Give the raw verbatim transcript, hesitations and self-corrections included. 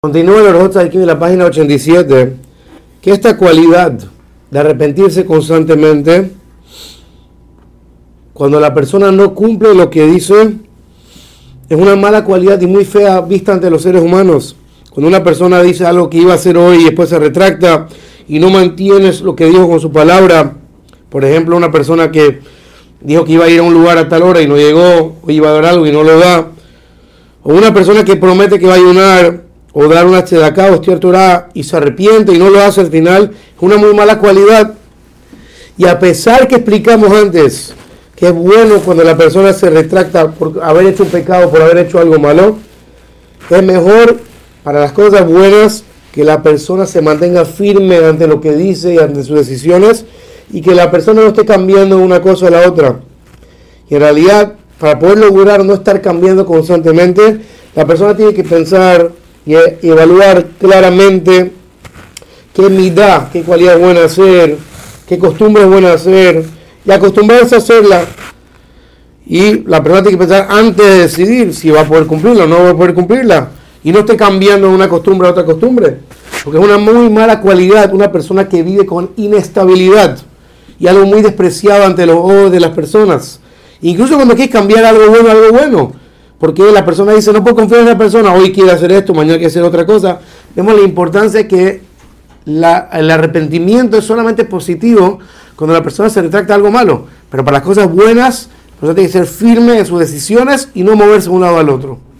Continúa el Orjot aquí en la página ochenta y siete, que esta cualidad de arrepentirse constantemente, cuando la persona no cumple lo que dice, es una mala cualidad y muy fea vista ante los seres humanos. Cuando una persona dice algo que iba a hacer hoy y después se retracta y no mantiene lo que dijo con su palabra, por ejemplo, una persona que dijo que iba a ir a un lugar a tal hora y no llegó, o iba a dar algo y no lo da, o una persona que promete que va a ayunar o dar una tzedaká o estudiar Torah y se arrepiente y no lo hace al final, es una muy mala cualidad. Y a pesar que explicamos antes que es bueno cuando la persona se retracta por haber hecho un pecado, por haber hecho algo malo, es mejor para las cosas buenas que la persona se mantenga firme ante lo que dice y ante sus decisiones, y que la persona no esté cambiando de una cosa a la otra. Y en realidad, para poder lograr no estar cambiando constantemente, la persona tiene que pensar y evaluar claramente qué midá, qué cualidad es buena hacer, qué costumbre es buena hacer, y acostumbrarse a hacerla. Y la persona tiene que pensar antes de decidir si va a poder cumplirla o no va a poder cumplirla, y no esté cambiando de una costumbre a otra costumbre, porque es una muy mala cualidad una persona que vive con inestabilidad y algo muy despreciado ante los ojos de las personas, incluso cuando quieres cambiar algo bueno a algo bueno. Porque la persona dice, no puedo confiar en la persona, hoy quiere hacer esto, mañana quiere hacer otra cosa. Vemos la importancia que la, el arrepentimiento es solamente positivo cuando la persona se retracta algo malo. Pero para las cosas buenas, la persona tiene que ser firme en sus decisiones y no moverse de un lado al otro.